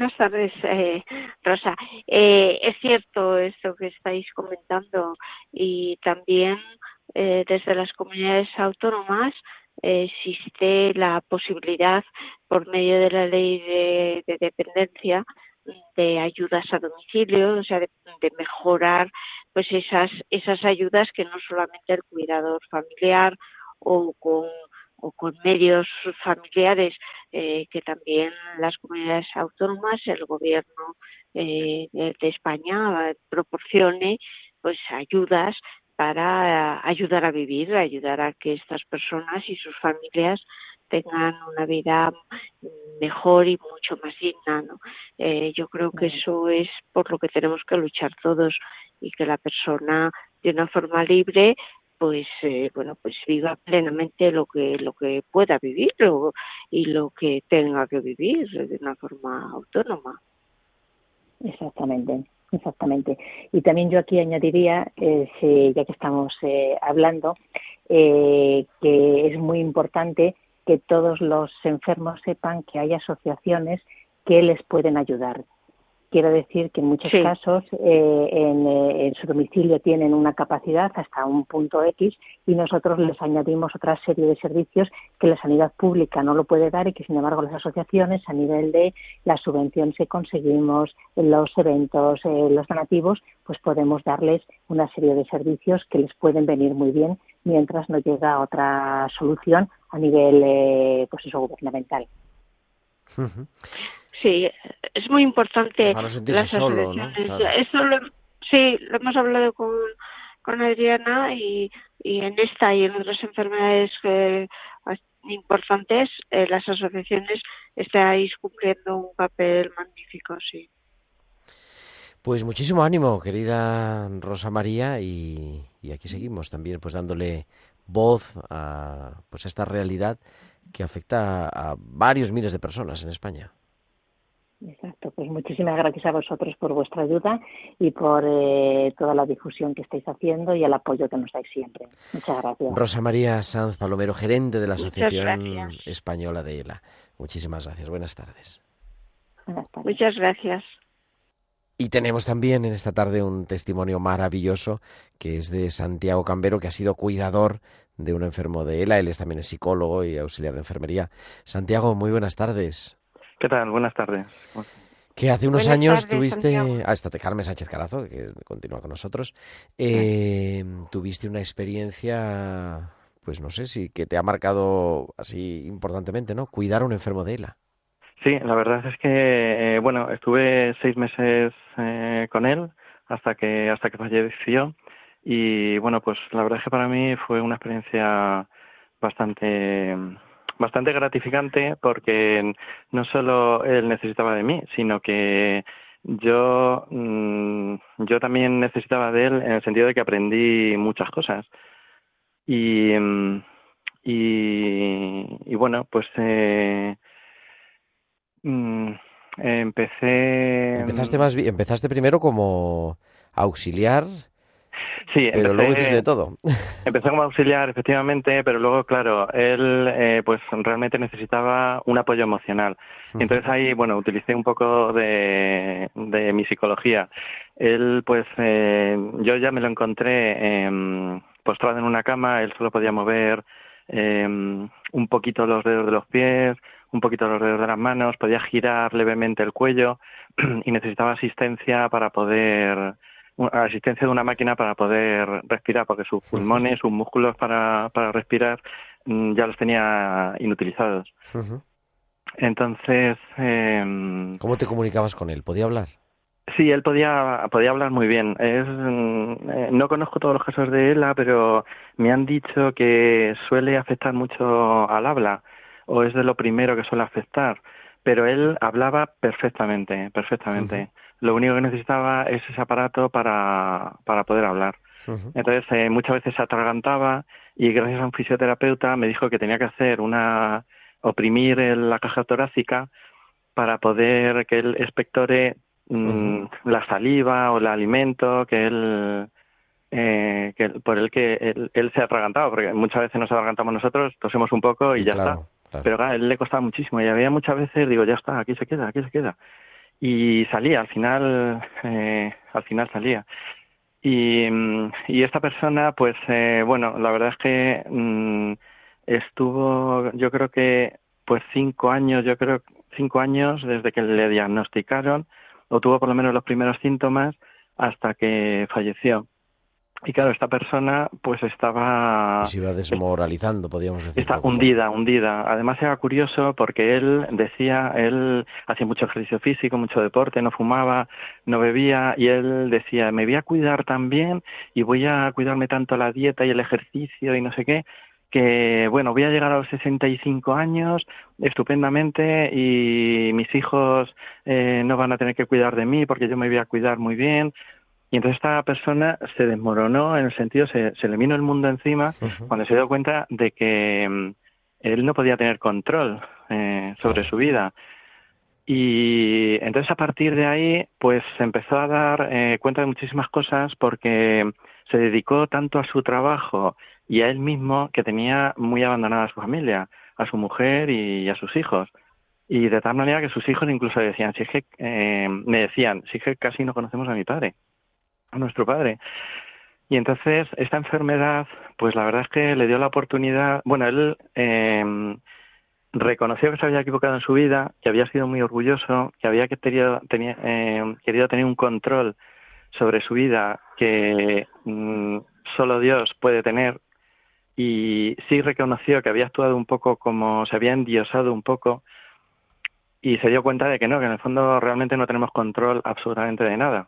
Rosa. Es cierto esto que estáis comentando y también desde las comunidades autónomas existe la posibilidad por medio de la ley de dependencia de ayudas a domicilio, o sea, de mejorar pues esas ayudas que no solamente el cuidador familiar o con medios familiares que también las comunidades autónomas, el gobierno de España proporcione pues ayudas para ayudar a vivir, ayudar a que estas personas y sus familias tengan una vida mejor y mucho más digna, ¿no? Yo creo que eso es por lo que tenemos que luchar todos y que la persona de una forma libre pues viva plenamente lo que pueda vivir y lo que tenga que vivir de una forma autónoma. Exactamente. Y también yo aquí añadiría, ya que estamos hablando, que es muy importante que todos los enfermos sepan que hay asociaciones que les pueden ayudar. Quiero decir que en muchos casos en su domicilio tienen una capacidad hasta un punto X y nosotros les añadimos otra serie de servicios que la sanidad pública no lo puede dar y que sin embargo las asociaciones a nivel de las subvenciones que conseguimos, los eventos, los donativos, pues podemos darles una serie de servicios que les pueden venir muy bien mientras no llega otra solución a nivel gubernamental. Uh-huh. Sí, es muy importante para no sentirse solo, ¿no? Claro. Eso lo hemos hablado con Adriana y en esta y en otras enfermedades importantes las asociaciones estáis cumpliendo un papel magnífico, sí. Pues muchísimo ánimo, querida Rosa María, y aquí seguimos también pues dándole voz a pues esta realidad que afecta a varios miles de personas en España. Exacto, pues muchísimas gracias a vosotros por vuestra ayuda y por toda la difusión que estáis haciendo y el apoyo que nos dais siempre. Muchas gracias. Rosa María Sanz Palomero, gerente de la Asociación Española de ELA. Muchísimas gracias. Buenas tardes. Buenas tardes. Muchas gracias. Y tenemos también en esta tarde un testimonio maravilloso que es de Santiago Cambero, que ha sido cuidador de un enfermo de ELA. Él es también psicólogo y auxiliar de enfermería. Santiago, muy buenas tardes. ¿Qué tal? Buenas tardes. Que hace unos años tuviste... Carmen Sánchez Carazo, que continúa con nosotros. Tuviste una experiencia, pues no sé si que te ha marcado así importantemente, ¿no? Cuidar a un enfermo de ELA. Sí, la verdad es que, estuve 6 meses con él hasta que falleció. Y bueno, pues la verdad es que para mí fue una experiencia bastante gratificante porque no solo él necesitaba de mí, sino que yo también necesitaba de él en el sentido de que aprendí muchas cosas. Y bueno, pues Empezaste primero como auxiliar. Sí, pero luego hiciste de todo. Empecé como auxiliar, efectivamente, pero luego, claro, él pues realmente necesitaba un apoyo emocional. Y entonces ahí, utilicé un poco de mi psicología. Él, pues, yo ya me lo encontré postrado en una cama, él solo podía mover un poquito los dedos de los pies, un poquito los dedos de las manos, podía girar levemente el cuello y necesitaba asistencia de una máquina para poder respirar, porque sus pulmones, sus músculos para respirar ya los tenía inutilizados. Uh-huh. Entonces... ¿Cómo te comunicabas con él? ¿Podía hablar? Sí, él podía hablar muy bien. No conozco todos los casos de ELA, pero me han dicho que suele afectar mucho al habla, o es de lo primero que suele afectar. Pero él hablaba perfectamente. Ujú. Lo único que necesitaba es ese aparato para poder hablar. Ujú. Entonces, muchas veces se atragantaba y gracias a un fisioterapeuta me dijo que tenía que hacer oprimir la caja torácica para poder que él expectore Ujú. la saliva o el alimento por el que él se atragantaba, porque muchas veces nos atragantamos nosotros, tosemos un poco y Y ya está. claro, claro. Pero claro, a él le costaba muchísimo y había muchas veces, digo, ya está, aquí se queda. Y salía, al final salía. Y esta persona, pues, bueno, la verdad es que estuvo, yo creo que, pues 5 años, 5 años desde que le diagnosticaron, o tuvo por lo menos los primeros síntomas, hasta que falleció. Y claro, esta persona, pues Y se iba desmoralizando, podríamos decir, está poco a poco. hundida. Además era curioso porque él hacía mucho ejercicio físico, mucho deporte, no fumaba, no bebía, y él decía, me voy a cuidar también y voy a cuidarme tanto la dieta y el ejercicio y no sé qué, que bueno, voy a llegar a los 65 años estupendamente y mis hijos no van a tener que cuidar de mí porque yo me voy a cuidar muy bien. Y entonces esta persona se desmoronó en el sentido, se le vino el mundo encima Ujú. cuando se dio cuenta de que él no podía tener control sobre Claro. su vida. Y entonces a partir de ahí, pues se empezó a dar cuenta de muchísimas cosas porque se dedicó tanto a su trabajo y a él mismo que tenía muy abandonada a su familia, a su mujer y a sus hijos. Y de tal manera que sus hijos incluso decían, si es que, me decían, si es que casi no conocemos a mi padre, a nuestro padre. Y entonces esta enfermedad, pues la verdad es que le dio la oportunidad, bueno, él reconoció que se había equivocado en su vida, que había sido muy orgulloso, que había querido tener un control sobre su vida que solo Dios puede tener, y sí reconoció que había actuado un poco como se había endiosado un poco, y se dio cuenta de que no, que en el fondo realmente no tenemos control absolutamente de nada.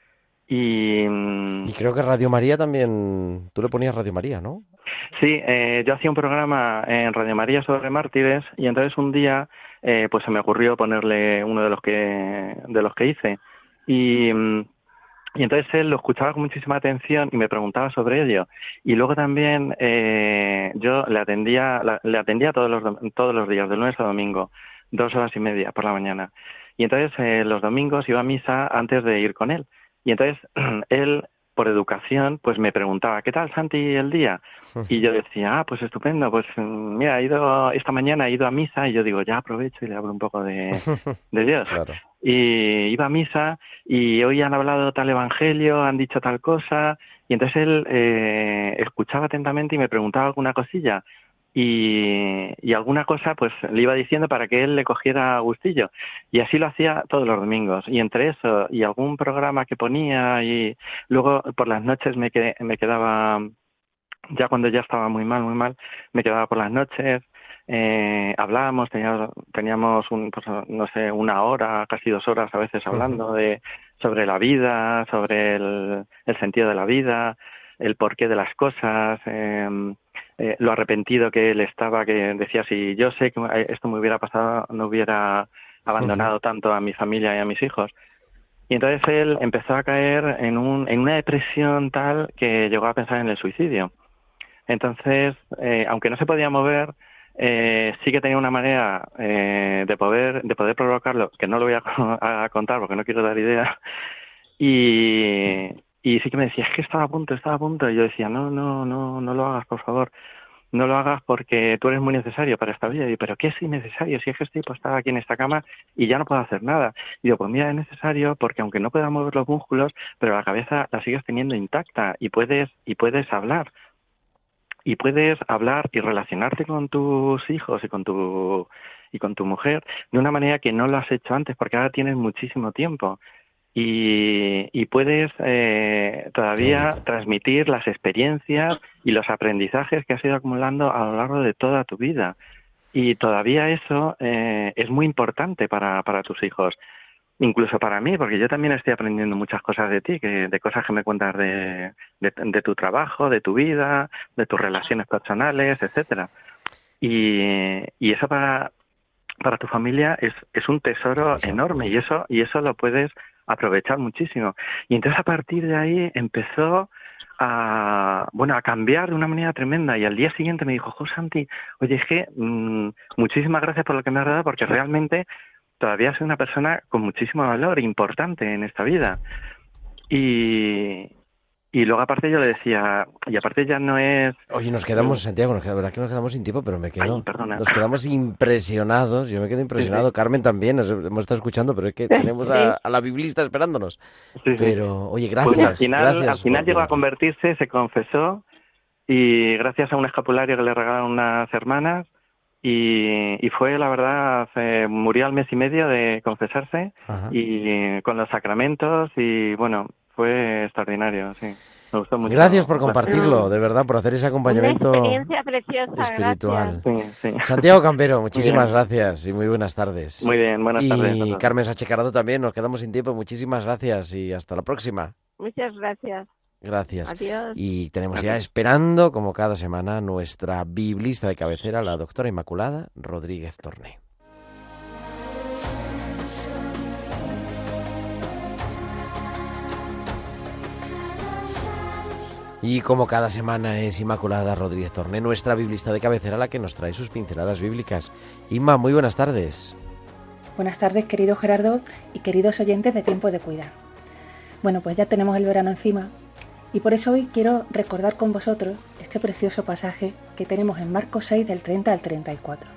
Y Y creo que Radio María también, tú le ponías Radio María, ¿no? sí, yo hacía un programa en Radio María sobre mártires y entonces un día pues se me ocurrió ponerle uno de los que hice y, y entonces él lo escuchaba con muchísima atención y me preguntaba sobre ello. Y luego también yo le atendía todos los días, de lunes a domingo, 2 horas y media por la mañana. Y entonces los domingos iba a misa antes de ir con él. Y entonces él, por educación, pues me preguntaba, ¿qué tal, Santi, el día? Y yo decía, pues estupendo, pues mira, esta mañana he ido a misa y yo digo, ya aprovecho y le hablo un poco de Dios. Claro. Y iba a misa y hoy han hablado tal evangelio, han dicho tal cosa, y entonces él escuchaba atentamente y me preguntaba alguna cosilla. Y alguna cosa pues le iba diciendo para que él le cogiera gustillo. Y así lo hacía todos los domingos. Y entre eso y algún programa que ponía, y luego por las noches me quedaba, ya cuando ya estaba muy mal, me quedaba por las noches, hablábamos, teníamos pues, no sé, 1 hora, casi 2 horas a veces hablando sobre la vida, sobre el sentido de la vida, el porqué de las cosas, lo arrepentido que él estaba, que decía, si yo sé que esto me hubiera pasado, no hubiera abandonado tanto a mi familia y a mis hijos. Y entonces él empezó a caer en una depresión tal que llegó a pensar en el suicidio. Entonces, aunque no se podía mover, sí que tenía una manera de poder provocarlo, que no lo voy a contar porque no quiero dar ideas, y sí que me decía, es que estaba a punto, y yo decía, no lo hagas, por favor, no lo hagas porque tú eres muy necesario para esta vida. Y pero ¿qué es innecesario? Si es que estoy postada aquí en esta cama y ya no puedo hacer nada. Y digo, pues mira, es necesario porque aunque no puedas mover los músculos, pero la cabeza la sigues teniendo intacta y puedes hablar. Y puedes hablar y relacionarte con tus hijos y con tu mujer de una manera que no lo has hecho antes, porque ahora tienes muchísimo tiempo. Y puedes Qué todavía bonito. transmitir las experiencias y los aprendizajes que has ido acumulando a lo largo de toda tu vida. Y todavía eso es muy importante para tus hijos. incluso para mí, porque yo también estoy aprendiendo muchas cosas de ti, de cosas que me cuentas de tu trabajo, de tu vida, de tus relaciones personales, etcétera. Y eso para tu familia es un tesoro enorme, y eso lo puedes aprovechar muchísimo. Y entonces a partir de ahí empezó a cambiar de una manera tremenda, y al día siguiente me dijo: Santi, oye, es que muchísimas gracias por lo que me has dado, porque realmente todavía soy una persona con muchísimo valor, importante en esta vida. Y luego aparte yo le decía, y aparte ya no es... Oye, nos quedamos, Santiago, verdad que nos quedamos sin tiempo, pero me quedo... Ay, perdona. Nos quedamos impresionados, yo me quedo impresionado. Sí. Carmen también, nos hemos estado escuchando, pero es que tenemos a la biblista esperándonos. Sí. Pero, oye, gracias. Pues al final llegó a convertirse, se confesó, y gracias a un escapulario que le regalaron unas hermanas, y fue, la verdad, murió al mes y medio de confesarse. Ajá. Y con los sacramentos, y bueno... Fue extraordinario, sí. Me gustó mucho. Gracias por compartirlo, de verdad, por hacer ese acompañamiento una experiencia preciosa, espiritual. Sí. Santiago Campero, muchísimas gracias y muy buenas tardes. Muy bien, buenas tardes. Y Carmen Sánchez Carrado también, nos quedamos sin tiempo. Muchísimas gracias y hasta la próxima. Muchas gracias. Gracias. Adiós. Y tenemos ya esperando, como cada semana, nuestra biblista de cabecera, la doctora Inmaculada Rodríguez Torné. Y como cada semana es Inmaculada Rodríguez Torné, nuestra biblista de cabecera, la que nos trae sus pinceladas bíblicas. Inma, muy buenas tardes. Buenas tardes, querido Gerardo y queridos oyentes de Tiempo de Cuidar. Bueno, pues ya tenemos el verano encima y por eso hoy quiero recordar con vosotros este precioso pasaje que tenemos en Marcos 6 del 30 al 34.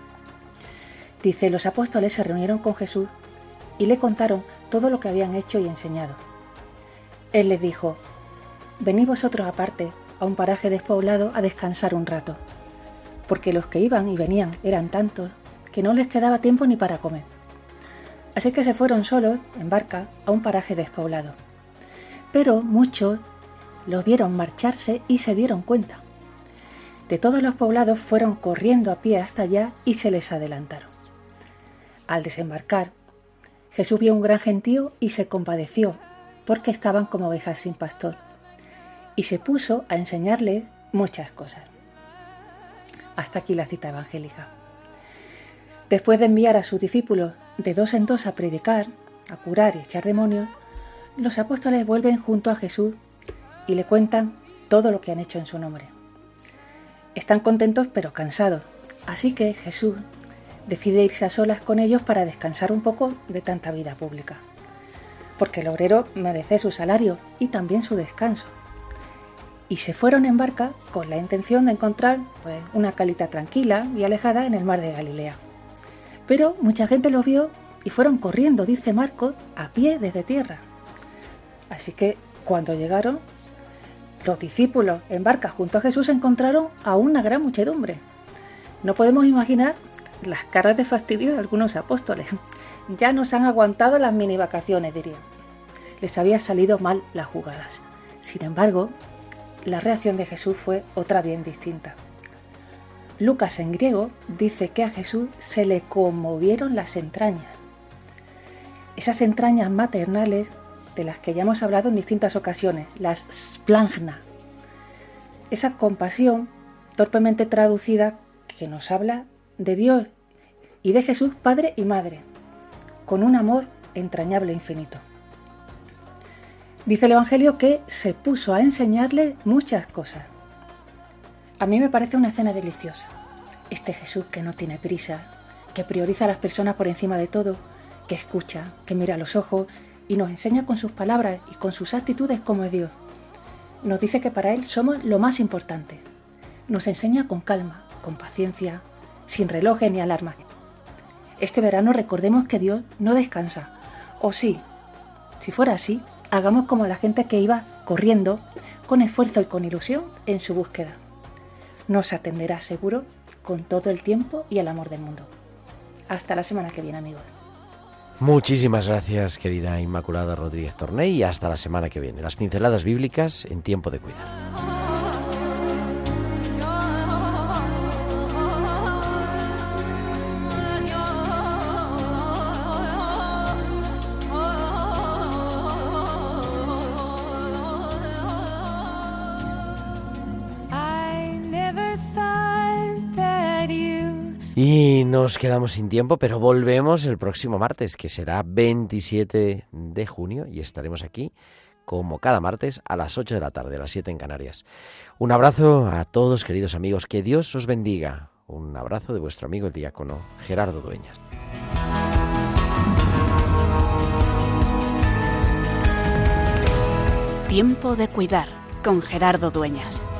Dice: los apóstoles se reunieron con Jesús y le contaron todo lo que habían hecho y enseñado. Él les dijo: venid vosotros aparte, a un paraje despoblado, a descansar un rato, porque los que iban y venían eran tantos que no les quedaba tiempo ni para comer. Así que se fueron solos, en barca, a un paraje despoblado. Pero muchos los vieron marcharse y se dieron cuenta. De todos los poblados fueron corriendo a pie hasta allá y se les adelantaron. Al desembarcar, Jesús vio un gran gentío y se compadeció, porque estaban como ovejas sin pastor. Y se puso a enseñarles muchas cosas. Hasta aquí la cita evangélica. Después de enviar a sus discípulos de dos en dos a predicar, a curar y echar demonios, los apóstoles vuelven junto a Jesús y le cuentan todo lo que han hecho en su nombre. Están contentos pero cansados, así que Jesús decide irse a solas con ellos para descansar un poco de tanta vida pública. Porque el obrero merece su salario y también su descanso. Y se fueron en barca con la intención de encontrar una calita tranquila y alejada en el mar de Galilea. Pero mucha gente los vio y fueron corriendo, dice Marcos, a pie desde tierra. Así que cuando llegaron, los discípulos en barca junto a Jesús encontraron a una gran muchedumbre. No podemos imaginar las caras de fastidio de algunos apóstoles. Ya nos han aguantado las mini vacaciones, dirían. Les había salido mal las jugadas. Sin embargo, la reacción de Jesús fue otra bien distinta. Lucas en griego dice que a Jesús se le conmovieron las entrañas. Esas entrañas maternales de las que ya hemos hablado en distintas ocasiones, las splagna. Esa compasión torpemente traducida que nos habla de Dios y de Jesús Padre y Madre, con un amor entrañable e infinito. Dice el Evangelio que se puso a enseñarle muchas cosas. A mí me parece una escena deliciosa. Este Jesús que no tiene prisa, que prioriza a las personas por encima de todo, que escucha, que mira a los ojos y nos enseña con sus palabras y con sus actitudes cómo es Dios. Nos dice que para Él somos lo más importante. Nos enseña con calma, con paciencia, sin relojes ni alarmas. Este verano recordemos que Dios no descansa. O sí, si fuera así, hagamos como la gente que iba corriendo, con esfuerzo y con ilusión, en su búsqueda. Nos atenderá seguro con todo el tiempo y el amor del mundo. Hasta la semana que viene, amigos. Muchísimas gracias, querida Inmaculada Rodríguez Torné, y hasta la semana que viene. Las pinceladas bíblicas en Tiempo de Cuidar. Y nos quedamos sin tiempo, pero volvemos el próximo martes, que será 27 de junio, y estaremos aquí como cada martes a las 8 de la tarde, a las 7 en Canarias. Un abrazo a todos, queridos amigos, que Dios os bendiga. Un abrazo de vuestro amigo el diácono Gerardo Dueñas. Tiempo de cuidar con Gerardo Dueñas.